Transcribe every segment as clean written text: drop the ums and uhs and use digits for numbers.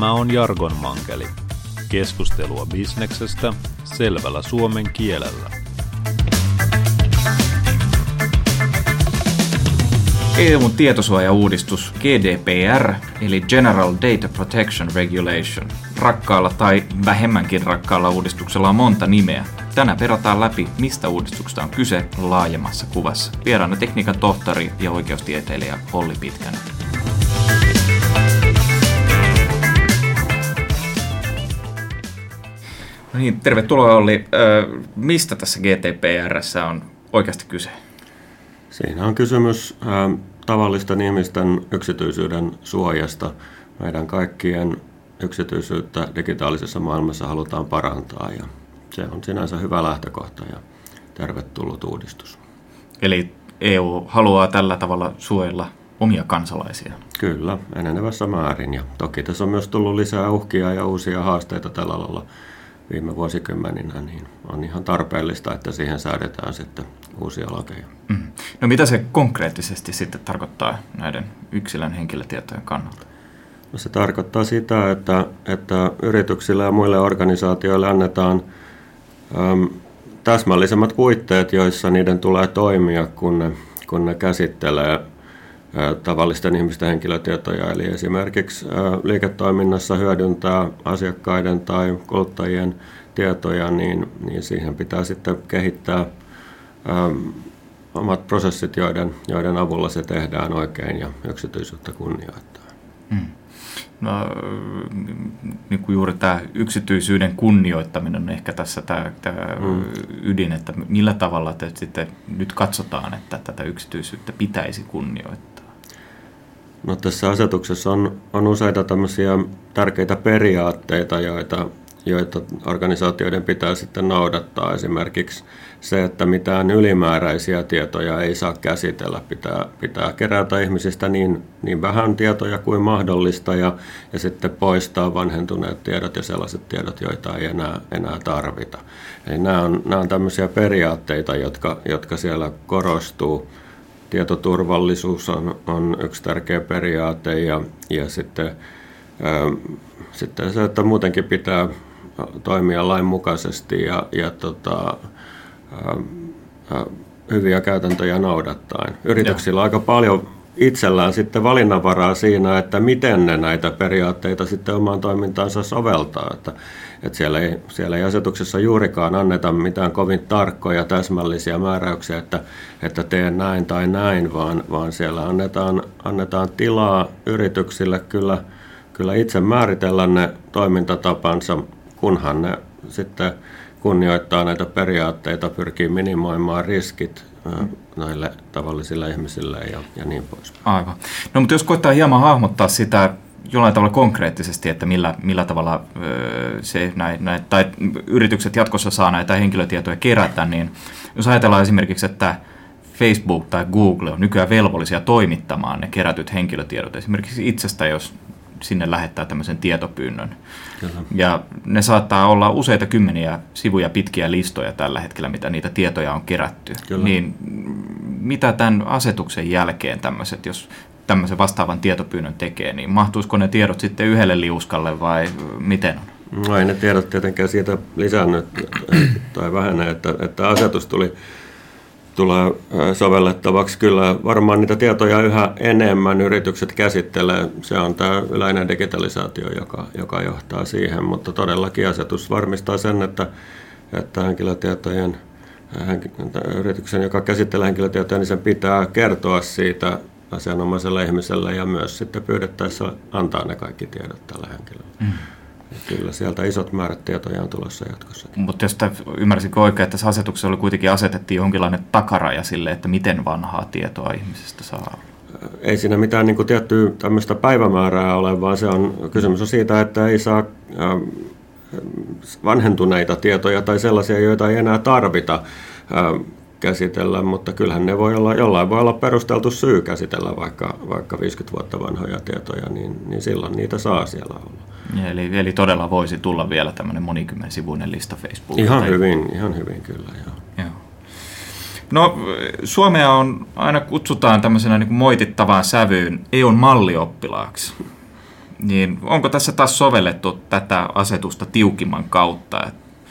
Tämä on Jargon Mankeli. Keskustelua bisneksestä selvällä suomen kielellä. EU:n tietosuojauudistus GDPR eli General Data Protection Regulation. Rakkaalla tai vähemmänkin rakkaalla uudistuksella on monta nimeä. Tänään perataan läpi, mistä uudistuksesta on kyse laajemmassa kuvassa. Vieraana tekniikan tohtori ja oikeustieteilijä Olli Pitkänen. No niin, tervetuloa Olli. Mistä tässä GDPR:ssä on oikeasti kyse? Siinä on kysymys tavallisten ihmisten yksityisyyden suojasta. Meidän kaikkien yksityisyyttä digitaalisessa maailmassa halutaan parantaa ja se on sinänsä hyvä lähtökohta ja tervetullut uudistus. Eli EU haluaa tällä tavalla suojella omia kansalaisia? Kyllä, enenevässä määrin ja toki tässä on myös tullut lisää uhkia ja uusia haasteita tällä alalla viime vuosikymmeninä, niin on ihan tarpeellista, että siihen säädetään sitten uusia lakeja. No mitä se konkreettisesti sitten tarkoittaa näiden yksilön henkilötietojen kannalta? No se tarkoittaa sitä, että yrityksille ja muille organisaatioille annetaan täsmällisemmät puitteet, joissa niiden tulee toimia, kun ne käsittelee tavallisten ihmisten henkilötietoja. Eli esimerkiksi liiketoiminnassa hyödyntää asiakkaiden tai kuluttajien tietoja, niin siihen pitää sitten kehittää omat prosessit, joiden avulla se tehdään oikein ja yksityisyyttä kunnioittaa. No, niin kuin juuri tämä yksityisyyden kunnioittaminen on ehkä tässä tämä ydin, että millä tavalla te sitten nyt katsotaan, että tätä yksityisyyttä pitäisi kunnioittaa? No, tässä asetuksessa on useita tämmöisiä tärkeitä periaatteita, joita organisaatioiden pitää sitten noudattaa. Esimerkiksi se, että mitään ylimääräisiä tietoja ei saa käsitellä. Pitää kerätä ihmisistä niin vähän tietoja kuin mahdollista ja sitten poistaa vanhentuneet tiedot ja sellaiset tiedot, joita ei enää tarvita. Eli nämä on tämmöisiä periaatteita, jotka siellä korostuu. Tietoturvallisuus on yksi tärkeä periaate ja sitten se, että muutenkin pitää toimia lainmukaisesti ja hyviä käytäntöjä noudattaen. Yrityksillä on aika paljon itsellään sitten valinnanvaraa siinä, että miten ne näitä periaatteita sitten omaan toimintaansa soveltaa. Että siellä ei asetuksessa juurikaan anneta mitään kovin tarkkoja täsmällisiä määräyksiä, että tee näin tai näin, vaan siellä annetaan tilaa yrityksille kyllä itse määritellä ne toimintatapansa, kunhan ne sitten kunnioittaa näitä periaatteita, pyrkii minimoimaan riskit näille tavallisille ihmisille ja niin pois. Aivan. No, mutta jos koittaa hieman hahmottaa sitä jollain tavalla konkreettisesti, että millä tavalla tai yritykset jatkossa saa näitä henkilötietoja kerätä, niin jos ajatellaan esimerkiksi, että Facebook tai Google on nykyään velvollisia toimittamaan ne kerätyt henkilötiedot esimerkiksi itsestä, jos sinne lähettää tämmöisen tietopyynnön. Kyllä. Ja ne saattaa olla useita kymmeniä sivuja pitkiä listoja tällä hetkellä, mitä niitä tietoja on kerätty. Kyllä. Niin mitä tämän asetuksen jälkeen tämmöiset, jos tämmöisen vastaavan tietopyynnön tekee, niin mahtuisiko ne tiedot sitten yhdelle liuskalle vai miten on? No ei ne tiedot tietenkään siitä lisännyt tai vähenee, että asetus tulee sovellettavaksi. Kyllä varmaan niitä tietoja yhä enemmän yritykset käsittelee. Se on tämä yleinen digitalisaatio, joka johtaa siihen, mutta todellakin asetus varmistaa sen, että yrityksen, joka käsittelee henkilötietoja, niin sen pitää kertoa siitä asianomaiselle ihmiselle ja myös sitten pyydettäessä antaa ne kaikki tiedot tällä henkilölle. Kyllä sieltä isot määrät tietoja on tulossa jatkossakin. Mutta jos ymmärsinkö oikein, että tässä asetuksessa oli kuitenkin asetettiin jonkinlainen takaraja sille, että miten vanhaa tietoa ihmisestä saa? Ei siinä mitään niin kuin tiettyä tämmöistä päivämäärää ole, vaan kysymys on siitä, että ei saa vanhentuneita tietoja tai sellaisia, joita ei enää tarvita käsitellä, mutta kyllähän ne jollain voi olla perusteltu syy käsitellä vaikka 50 vuotta vanhoja tietoja, niin silloin niitä saa siellä olla. Eli todella voisi tulla vielä tämmöinen monikymmensivuinen lista Facebookista. Ihan hyvin kyllä, joo. No, Suomea aina kutsutaan tämmöisenä niin kuin moitittavaan sävyyn EUn mallioppilaaksi. niin onko tässä taas sovellettu tätä asetusta tiukimman kautta?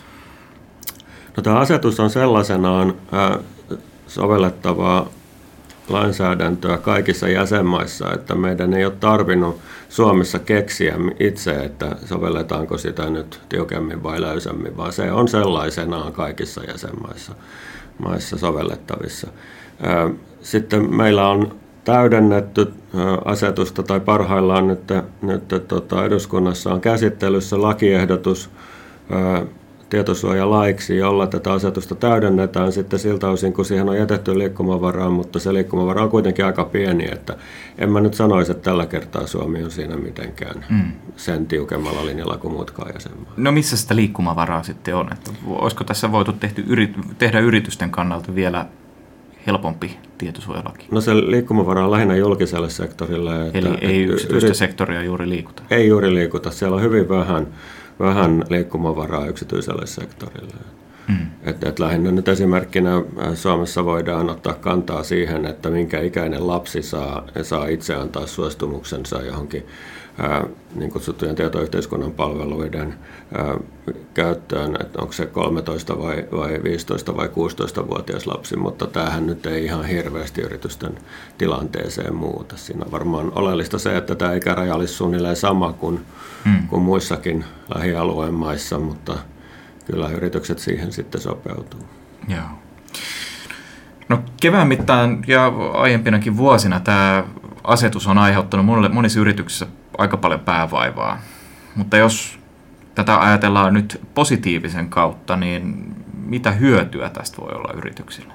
No, tämä asetus on sellaisenaan sovellettavaa lainsäädäntöä kaikissa jäsenmaissa, että meidän ei ole tarvinnut Suomessa keksiä itse, että sovelletaanko sitä nyt tiukemmin vai löysemmin, vaan se on sellaisenaan kaikissa jäsenmaissa sovellettavissa. Sitten meillä on täydennetty asetusta, tai parhaillaan nyt eduskunnassa on käsittelyssä lakiehdotus tietosuojalaiksi, jolla tätä asetusta täydennetään sitten siltä osin, kun siihen on jätetty liikkumavaraa, mutta se liikkumavara on kuitenkin aika pieni, että en mä nyt sanoisi, että tällä kertaa Suomi on siinä mitenkään sen tiukemmalla linjalla kuin muutkaan jäsenmaat. No missä sitä liikkumavaraa sitten on? Että olisiko tässä voitu tehdä yritysten kannalta vielä helpompi tietosuojalaki? No se liikkumavara on lähinnä julkiselle sektorille. Eli ei yksityistä sektoria juuri liikuta? Ei juuri liikuta. Siellä on hyvin vähän liikkumavaraa yksityiselle sektorille. Et lähinnä nyt esimerkkinä Suomessa voidaan ottaa kantaa siihen, että minkä ikäinen lapsi saa itse antaa suostumuksensa johonkin niin kutsuttujen tietoyhteiskunnan palveluiden käyttöön, että onko se 13 vai 15 vai 16-vuotias lapsi, mutta tämähän nyt ei ihan hirveästi yritysten tilanteeseen muuta. Siinä on varmaan oleellista se, että tämä ikäraja olisi suunnilleen sama kuin muissakin lähialueen maissa, mutta kyllä yritykset siihen sitten sopeutuu. Joo. No, kevään mittaan ja aiempinakin vuosina tämä asetus on aiheuttanut monissa yrityksissä aika paljon päävaivaa, mutta jos tätä ajatellaan nyt positiivisen kautta, niin mitä hyötyä tästä voi olla yrityksille?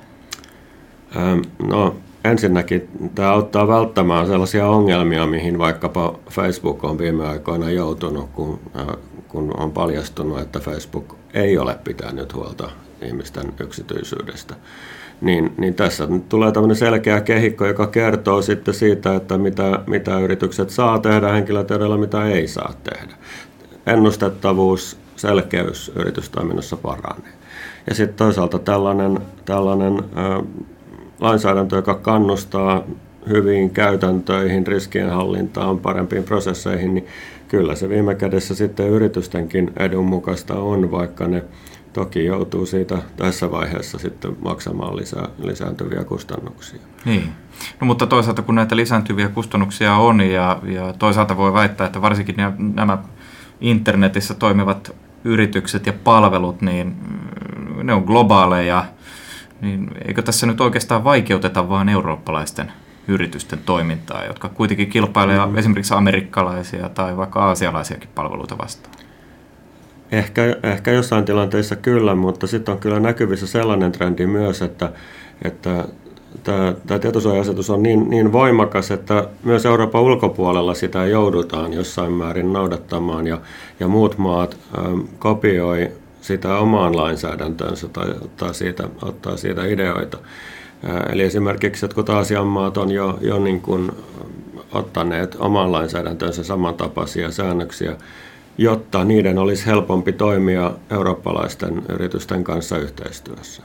No, ensinnäkin tämä auttaa välttämään sellaisia ongelmia, mihin vaikkapa Facebook on viime aikoina joutunut, kun on paljastunut, että Facebook ei ole pitänyt huolta ihmisten yksityisyydestä. Niin tässä tulee tämmöinen selkeä kehikko, joka kertoo sitten siitä, että mitä yritykset saa tehdä henkilötiedoilla, mitä ei saa tehdä. Ennustettavuus, selkeys yritystoiminnassa paranee. Ja sitten toisaalta tällainen lainsäädäntö, joka kannustaa hyviin käytäntöihin, riskienhallintaan, parempiin prosesseihin, niin kyllä se viime kädessä sitten yritystenkin edun mukaista on, vaikka ne toki joutuu siitä tässä vaiheessa sitten maksamaan lisääntyviä kustannuksia. Niin. No, mutta toisaalta kun näitä lisääntyviä kustannuksia on ja toisaalta voi väittää, että varsinkin nämä internetissä toimivat yritykset ja palvelut, niin ne on globaaleja, niin eikö tässä nyt oikeastaan vaikeuteta vaan eurooppalaisten yritysten toimintaa, jotka kuitenkin kilpailee esimerkiksi amerikkalaisia tai vaikka aasialaisiakin palveluita vastaan? Ehkä jossain tilanteissa kyllä, mutta sitten on kyllä näkyvissä sellainen trendi myös, että tämä tietosuoja-asetus on niin voimakas, että myös Euroopan ulkopuolella sitä joudutaan jossain määrin noudattamaan ja muut maat kopioi sitä omaan lainsäädäntönsä tai ottaa siitä ideoita. Eli esimerkiksi jotkut Aasian maat on jo niin kuin ottaneet omaan lainsäädäntönsä samantapaisia säännöksiä, jotta niiden olisi helpompi toimia eurooppalaisten yritysten kanssa yhteistyössä.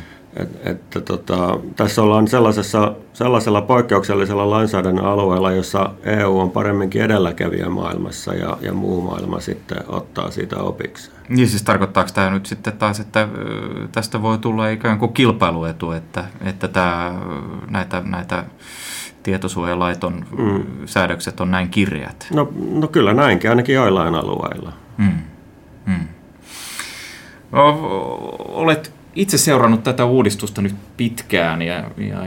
Tässä ollaan sellaisella poikkeuksellisella lainsäädännön alueella, jossa EU on paremminkin edelläkävijä maailmassa ja muu maailma sitten ottaa siitä opikseen. Niin siis tarkoittaako tämä nyt sitten taas, että tästä voi tulla ikään kuin kilpailuetu, että näitä tietosuojalaiton säädökset on näin kirjat? No kyllä näinkin, ainakin joillain alueilla. No, olet itse seurannut tätä uudistusta nyt pitkään ja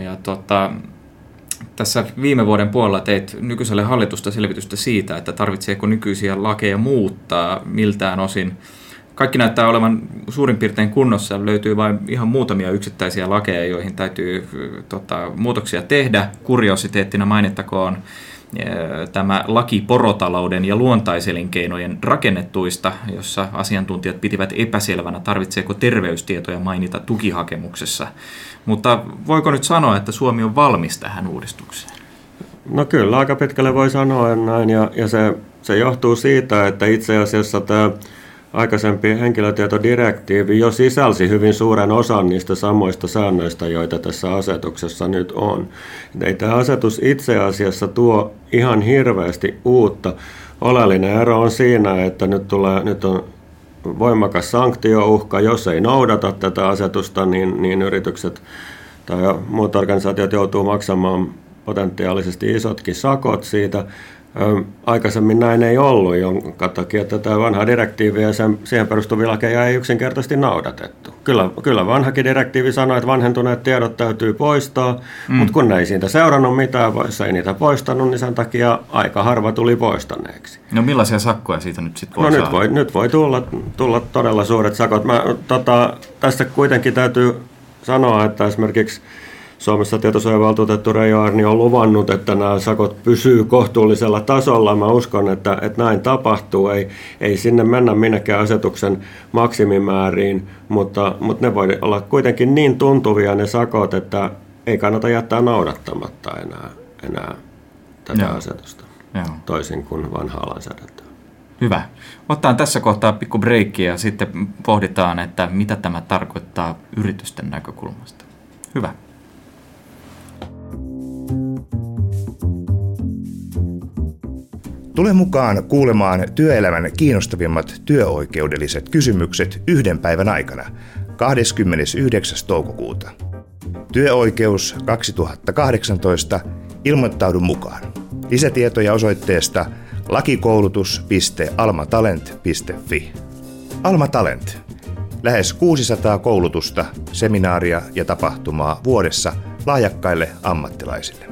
tässä viime vuoden puolella teit nykyiselle hallitusta selvitystä siitä, että tarvitseeko nykyisiä lakeja muuttaa miltään osin. Kaikki näyttää olevan suurin piirtein kunnossa, löytyy vain ihan muutamia yksittäisiä lakeja, joihin täytyy muutoksia tehdä. Kuriositeettina mainittakoon tämä laki porotalouden ja luontaiselinkeinojen rakennettuista, jossa asiantuntijat pitivät epäselvänä, tarvitseeko terveystietoja mainita tukihakemuksessa. Mutta voiko nyt sanoa, että Suomi on valmis tähän uudistukseen? No kyllä, aika pitkälle voi sanoa näin, ja se johtuu siitä, että itse asiassa tämä aikaisempi henkilötietodirektiivi jo sisälsi hyvin suuren osan niistä samoista säännöistä, joita tässä asetuksessa nyt on. Ei tämä asetus itse asiassa tuo ihan hirveästi uutta, oleellinen ero on siinä, että nyt on voimakas sanktiouhka. Jos ei noudata tätä asetusta, niin yritykset tai muut organisaatiot joutuu maksamaan potentiaalisesti isotkin sakot siitä. Aikaisemmin näin ei ollut, jonka takia tätä vanhaa direktiiviä ja siihen perustuvia lakeja ei yksinkertaisesti noudatettu. Kyllä vanhakin direktiivi sanoi, että vanhentuneet tiedot täytyy poistaa, mutta kun ne ei siitä seurannut mitään, jos ei niitä poistanut, niin sen takia aika harva tuli poistaneeksi. No millaisia sakkoja siitä nyt sitten voi saada? Nyt voi tulla todella suuret sakot. Tässä kuitenkin täytyy sanoa, että esimerkiksi Suomessa tietosuojavaltuutettu Reijo Arni on luvannut, että nämä sakot pysyy kohtuullisella tasolla. Mä uskon, että näin tapahtuu. Ei sinne mennä minnekään asetuksen maksimimääriin, mutta ne voi olla kuitenkin niin tuntuvia ne sakot, että ei kannata jättää noudattamatta enää tätä asetusta, toisin kuin vanhaa lainsäädäntöä. Hyvä. Otetaan tässä kohtaa pikku breikki ja sitten pohditaan, että mitä tämä tarkoittaa yritysten näkökulmasta. Hyvä. Tule mukaan kuulemaan työelämän kiinnostavimmat työoikeudelliset kysymykset 1 päivän aikana, 29. toukokuuta. Työoikeus 2018. Ilmoittaudu mukaan. Lisätietoja osoitteesta lakikoulutus.almatalent.fi. Alma Talent. Lähes 600 koulutusta, seminaaria ja tapahtumaa vuodessa lahjakkaille ammattilaisille.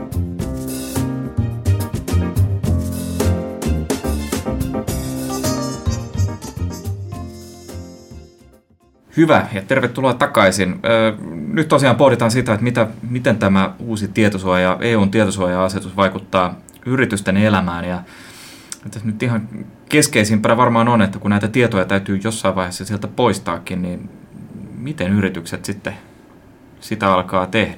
Hyvä ja tervetuloa takaisin. Nyt tosiaan pohditaan sitä, että miten tämä uusi tietosuoja, EUn tietosuoja-asetus vaikuttaa yritysten elämään. Ja nyt ihan keskeisimpänä varmaan on, että kun näitä tietoja täytyy jossain vaiheessa sieltä poistaakin, niin miten yritykset sitten sitä alkaa tehdä?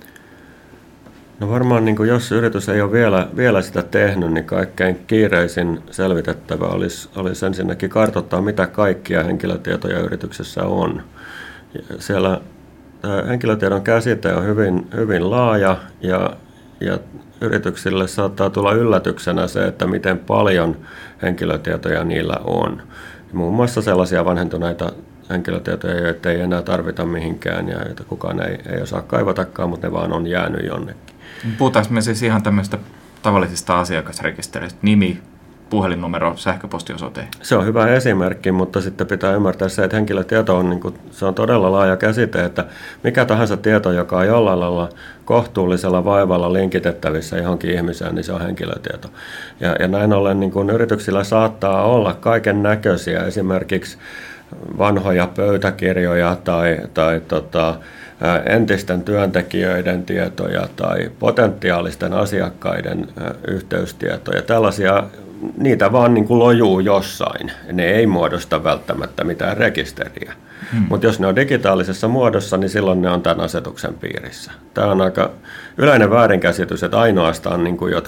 No varmaan niin jos yritys ei ole vielä sitä tehnyt, niin kaikkein kiireisin selvitettävä olisi ensinnäkin kartoittaa, mitä kaikkia henkilötietoja yrityksessä on. Siellä henkilötiedon käsite on hyvin laaja ja yrityksille saattaa tulla yllätyksenä se, että miten paljon henkilötietoja niillä on. Muun muassa sellaisia vanhentuneita henkilötietoja, joita ei enää tarvita mihinkään ja joita kukaan ei osaa kaivatakaan, mutta ne vaan on jäänyt jonnekin. Puhutaanko me siis ihan tämmöistä tavallisista asiakasrekisteristä, nimi, puhelinnumero, sähköpostiosoite? Se on hyvä esimerkki, mutta sitten pitää ymmärtää se, että henkilötieto on, se on todella laaja käsite, että mikä tahansa tieto, joka on jollain lailla kohtuullisella vaivalla linkitettävissä johonkin ihmiseen, niin se on henkilötieto. Ja näin ollen niin yrityksillä saattaa olla kaiken näköisiä, esimerkiksi vanhoja pöytäkirjoja tai entisten työntekijöiden tietoja tai potentiaalisten asiakkaiden yhteystietoja. Tällaisia, niitä vaan niin kuin lojuu jossain. Ne ei muodosta välttämättä mitään rekisteriä. Mutta jos ne on digitaalisessa muodossa, niin silloin ne on tämän asetuksen piirissä. Tämä on aika yleinen väärinkäsitys, että ainoastaan niin kuin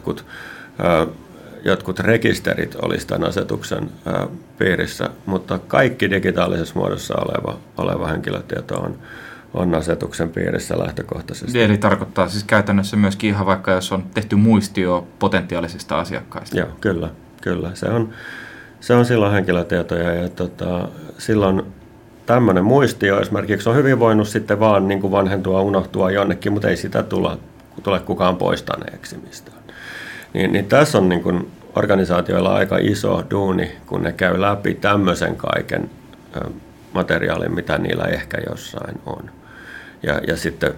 jotkut rekisterit olisi tämän asetuksen piirissä, mutta kaikki digitaalisessa muodossa oleva henkilötieto on asetuksen piirissä lähtökohtaisesti. Eli tarkoittaa siis käytännössä myöskin ihan vaikka, jos on tehty muistio potentiaalisista asiakkaista. Joo, kyllä. Se on silloin henkilötietoja ja silloin tämmöinen muistio esimerkiksi on hyvin voinut sitten vaan niin kuin vanhentua, unohtua jonnekin, mutta ei sitä tule kukaan poistaneeksi mistään. Niin tässä on niin kuin organisaatioilla aika iso duuni, kun ne käy läpi tämmöisen kaiken materiaalin, mitä niillä ehkä jossain on. Ja sitten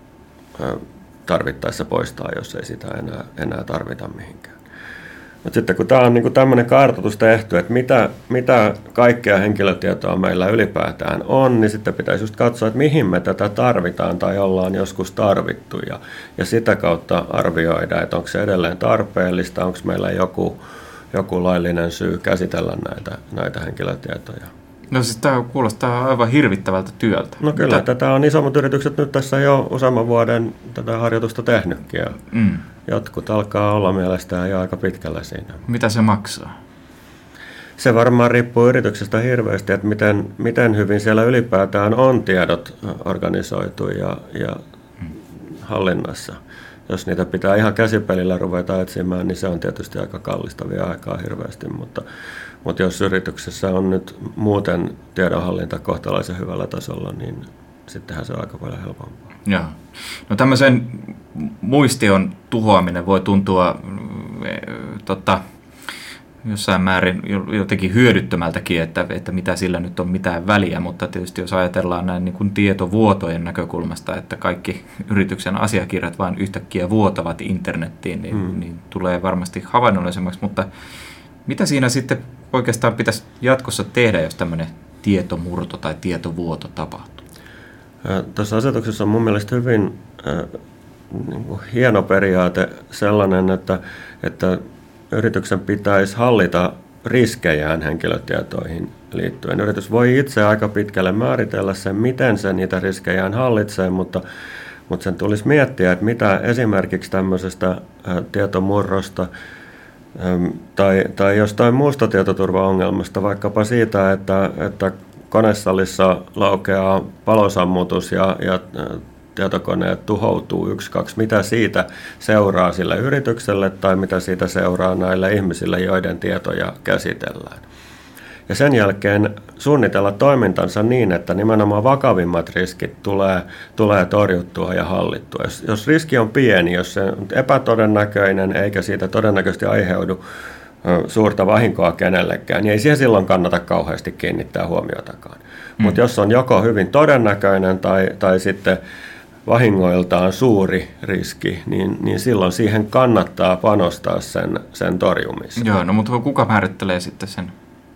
tarvittaessa poistaa, jos ei sitä enää tarvita mihinkään. Mutta sitten kun tämä on niin tämmöinen kartoitus tehty, että mitä kaikkea henkilötietoa meillä ylipäätään on, niin sitten pitäisi just katsoa, että mihin me tätä tarvitaan tai ollaan joskus tarvittu. Ja sitä kautta arvioida, että onko se edelleen tarpeellista, onko meillä joku laillinen syy käsitellä näitä henkilötietoja. No siis tämä kuulostaa aivan hirvittävältä työltä. No kyllä, tätä on isommat yritykset nyt tässä jo useamman vuoden tätä harjoitusta tehnytkin. Ja jotkut alkaa olla mielestään jo aika pitkällä siinä. Mitä se maksaa? Se varmaan riippuu yrityksestä hirveästi, että miten hyvin siellä ylipäätään on tiedot organisoitu ja hallinnassa. jos niitä pitää ihan käsipelillä ruveta etsimään, niin se on tietysti aika kallista, vie aikaa hirveästi, mutta jos yrityksessä on nyt muuten tiedonhallinta kohtalaisen hyvällä tasolla, niin sittenhän se on aika paljon helpompaa. Joo. No tämmöisen muistion tuhoaminen voi tuntua jossain määrin jotenkin hyödyttömältäkin, että mitä sillä nyt on mitään väliä, mutta tietysti jos ajatellaan näin niin kuin tietovuotojen näkökulmasta, että kaikki yrityksen asiakirjat vain yhtäkkiä vuotavat internettiin, niin tulee varmasti havainnollisemmaksi, mutta mitä siinä sitten oikeastaan pitäisi jatkossa tehdä, jos tämmöinen tietomurto tai tietovuoto tapahtuu? Tässä asetuksessa on mun mielestä hyvin hieno periaate sellainen, että yrityksen pitäisi hallita riskejään henkilötietoihin liittyen. Yritys voi itse aika pitkälle määritellä sen, miten se niitä riskejään hallitsee, mutta sen tulisi miettiä, että mitä esimerkiksi tämmöisestä tietomurrosta tai jostain muusta tietoturvaongelmasta, vaikkapa siitä, että konesalissa laukeaa palosammutus ja tietokoneet tuhoutuu 1-2. Mitä siitä seuraa sille yritykselle tai mitä siitä seuraa näille ihmisille, joiden tietoja käsitellään. Ja sen jälkeen suunnitella toimintansa niin, että nimenomaan vakavimmat riskit tulee torjuttua ja hallittua. Jos riski on pieni, jos se on epätodennäköinen eikä siitä todennäköisesti aiheudu suurta vahinkoa kenellekään, niin ei siihen silloin kannata kauheasti kiinnittää huomiotakaan. Mutta jos on joko hyvin todennäköinen tai sitten vahingoiltaan suuri riski, niin silloin siihen kannattaa panostaa sen torjumiseen. Joo, no mutta kuka määrittelee sitten sen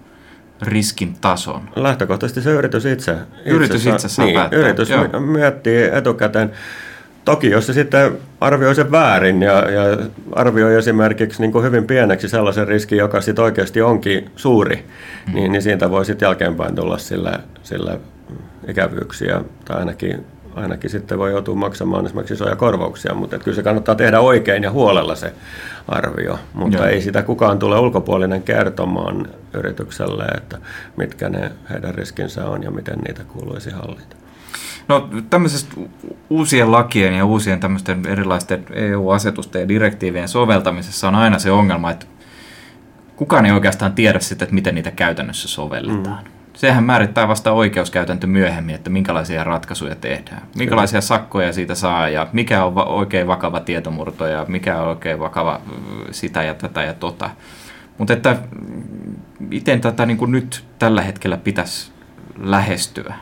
riskin tason? Lähtökohtaisesti se yritys itse. Yritys itse saa päättää. Yritys miettii etukäteen. Toki jos se sitten arvioi sen väärin ja arvioi esimerkiksi niin kuin hyvin pieneksi sellaisen riskin, joka sitten oikeasti onkin suuri, niin siitä voi sitten jälkeenpäin tulla sillä ikävyyksiä tai ainakin sitten voi joutua maksamaan esimerkiksi isoja korvauksia, mutta kyllä se kannattaa tehdä oikein ja huolella se arvio, mutta ei sitä kukaan tule ulkopuolinen kertomaan yritykselle, että mitkä ne heidän riskinsä on ja miten niitä kuuluisi hallita. No tämmöisestä uusien lakien ja uusien tämmöisten erilaisten EU-asetusten ja direktiivien soveltamisessa on aina se ongelma, että kukaan ei oikeastaan tiedä sitä, että miten niitä käytännössä sovelletaan. Sehän määrittää vasta oikeuskäytäntö myöhemmin, että minkälaisia ratkaisuja tehdään, minkälaisia sakkoja siitä saa ja mikä on oikein vakava tietomurto ja mikä on oikein vakava sitä ja tätä ja tota. Mutta että miten tätä niin kuin nyt tällä hetkellä pitäisi lähestyä?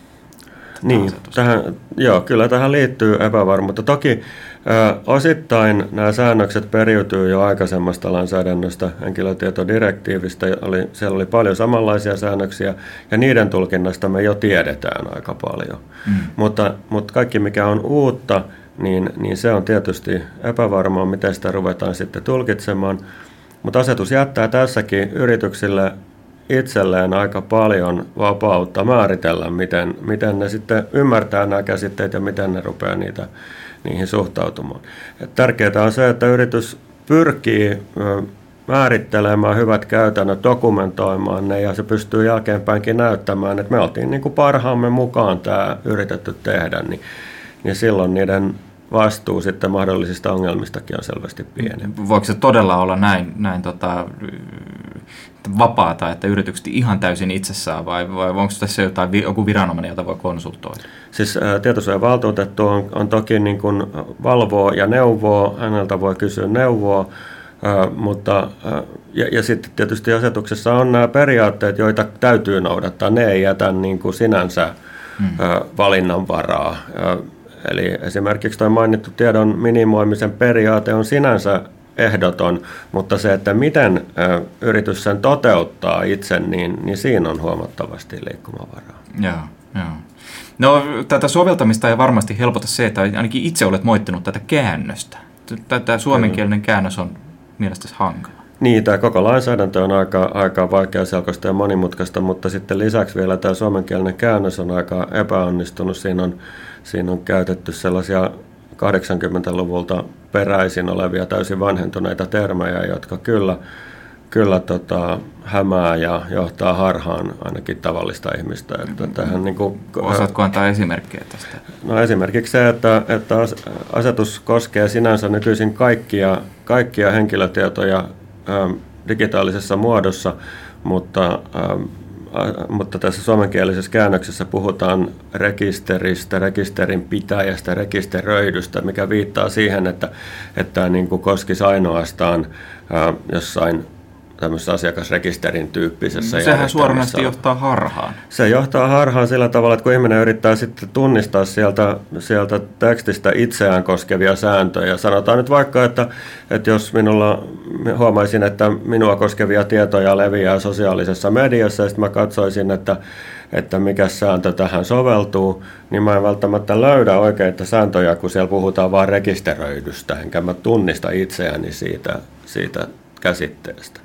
Niin, kyllä tähän liittyy epävarmuutta. Toki osittain nämä säännökset periytyy jo aikaisemmasta lainsäädännöstä, henkilötietodirektiivistä. Siellä oli paljon samanlaisia säännöksiä ja niiden tulkinnasta me jo tiedetään aika paljon. Mutta kaikki mikä on uutta, niin se on tietysti epävarmaa, miten sitä ruvetaan sitten tulkitsemaan. Mutta asetus jättää tässäkin yrityksille itselleen aika paljon vapautta määritellä, miten ne sitten ymmärtää nämä käsitteet ja miten ne rupeaa niihin suhtautumaan. Et tärkeää on se, että yritys pyrkii määrittelemään hyvät käytännöt, dokumentoimaan ne ja se pystyy jälkeenpäinkin näyttämään, että me oltiin niin kuin parhaamme mukaan tämä yritetty tehdä, niin silloin niiden vastuu sitten mahdollisista ongelmistakin on selvästi pienempi. Voiko se todella olla näin vapaata, että yritykset ihan täysin itse saa, vai onko tässä joku viranomainen, jota voi konsultoida? Siis tietosuojavaltuutettu on toki niin kuin valvoo ja neuvoo, häneltä voi kysyä neuvoa, mutta ja sitten tietysti asetuksessa on nämä periaatteet, joita täytyy noudattaa, ne ei jätä niin kuin sinänsä valinnanvaraa. Eli esimerkiksi tuo mainittu tiedon minimoimisen periaate on sinänsä ehdoton, mutta se, että miten yritys sen toteuttaa itse, niin siinä on huomattavasti liikkumavaraa. Joo. No tätä soveltamista ei varmasti helpota se, että ainakin itse olet moittanut tätä käännöstä. Tämä suomenkielinen käännös on mielestäni hankala. Niin, tämä koko lainsäädäntö on aika vaikeaselkoista ja monimutkaista, mutta sitten lisäksi vielä tämä suomenkielinen käännös on aika epäonnistunut. Siinä on käytetty sellaisia 80-luvulta peräisin olevia täysin vanhentuneita termejä, jotka kyllä kyllä hämää ja johtaa harhaan ainakin tavallista ihmistä. Että tähän Osaatko antaa esimerkkejä tästä? No esimerkiksi se, että asetus koskee sinänsä nykyisin kaikkia henkilötietoja digitaalisessa muodossa, mutta tässä suomenkielisessä käännöksessä puhutaan rekisteristä, rekisterin pitäjästä, rekisteröidystä, mikä viittaa siihen, että tämä niin kuin koskisi ainoastaan jossain tämmöisessä asiakasrekisterin tyyppisessä järjestelmässä. Sehän suoranaisesti johtaa harhaan. Se johtaa harhaan sillä tavalla, että kun ihminen yrittää sitten tunnistaa sieltä tekstistä itseään koskevia sääntöjä. Sanotaan nyt vaikka, että jos huomaisin, että minua koskevia tietoja leviää sosiaalisessa mediassa, ja sitten mä katsoisin, että mikä sääntö tähän soveltuu, niin mä en välttämättä löydä oikeita sääntöjä, kun siellä puhutaan vain rekisteröidystä, enkä mä tunnista itseäni siitä käsitteestä.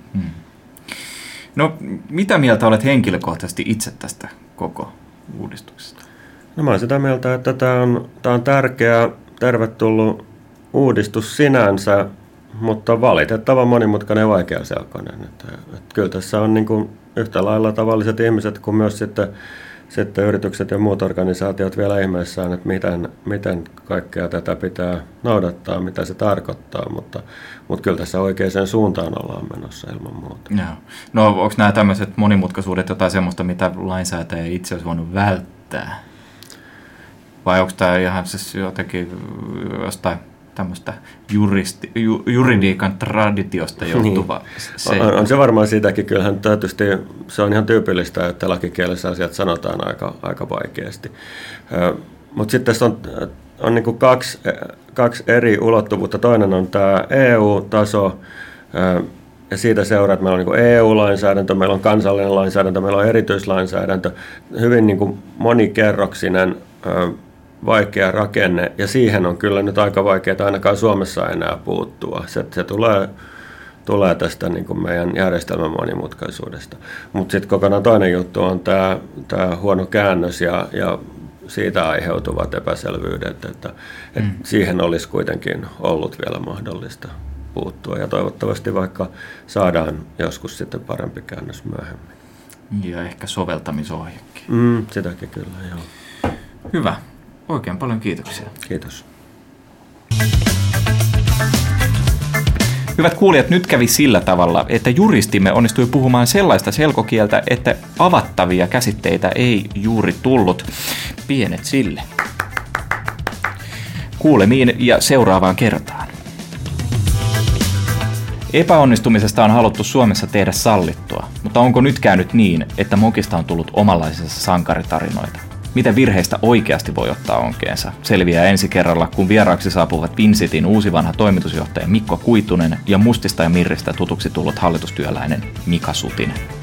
No, mitä mieltä olet henkilökohtaisesti itse tästä koko uudistuksesta? No mä olen sitä mieltä, että tämä on tärkeä, tervetullut uudistus sinänsä, mutta valitettavan monimutkainen ja vaikeaselkoinen. Että kyllä tässä on niin kuin yhtä lailla tavalliset ihmiset kuin myös sitten yritykset ja muut organisaatiot vielä ihmeissään, että miten kaikkea tätä pitää noudattaa, mitä se tarkoittaa, mutta kyllä tässä oikeaan suuntaan ollaan menossa ilman muuta. Joo. No onko nämä tämmöiset monimutkaisuudet jotain semmoista, mitä lainsäätäjä itse olisi voinut välttää? Vai onko tämä ihan siis jotenkin jostain tämmöistä juridiikan traditiosta johtuva niin. On se varmaan siitäkin. Kyllähän tietysti se on ihan tyypillistä, että lakikielessä asiat sanotaan aika vaikeasti. Mutta sitten tässä on niin kuin kaksi eri ulottuvuutta. Toinen on tämä EU-taso, ja siitä seuraa, että meillä on niin kuin EU-lainsäädäntö, meillä on kansallinen lainsäädäntö, meillä on erityislainsäädäntö, hyvin niin kuin monikerroksinen vaikea rakenne, ja siihen on kyllä nyt aika vaikeaa ainakaan Suomessa enää puuttua. Se tulee tästä niin kuin meidän järjestelmän monimutkaisuudesta. Mutta sitten kokonaan toinen juttu on tämä huono käännös ja siitä aiheutuvat epäselvyydet, että siihen olisi kuitenkin ollut vielä mahdollista puuttua, ja toivottavasti vaikka saadaan joskus sitten parempi käännös myöhemmin. Ja ehkä soveltamisohjekin. Sitäkin kyllä, joo. Hyvä. Oikein paljon kiitoksia. Kiitos. Hyvät kuulijat, nyt kävi sillä tavalla, että juristimme onnistui puhumaan sellaista selkokieltä, että avattavia käsitteitä ei juuri tullut. Pienet sille. Kuulemiin ja seuraavaan kertaan. Epäonnistumisesta on haluttu Suomessa tehdä sallittua, mutta onko nyt käynyt niin, että mokista on tullut omanlaisensa sankaritarinoita? Miten virheistä oikeasti voi ottaa onkeensa? Selviää ensi kerralla, kun vieraaksi saapuvat Vinsitin uusi vanha toimitusjohtaja Mikko Kuitunen ja Mustista ja Mirristä tutuksi tullut hallitustyöläinen Mika Sutinen.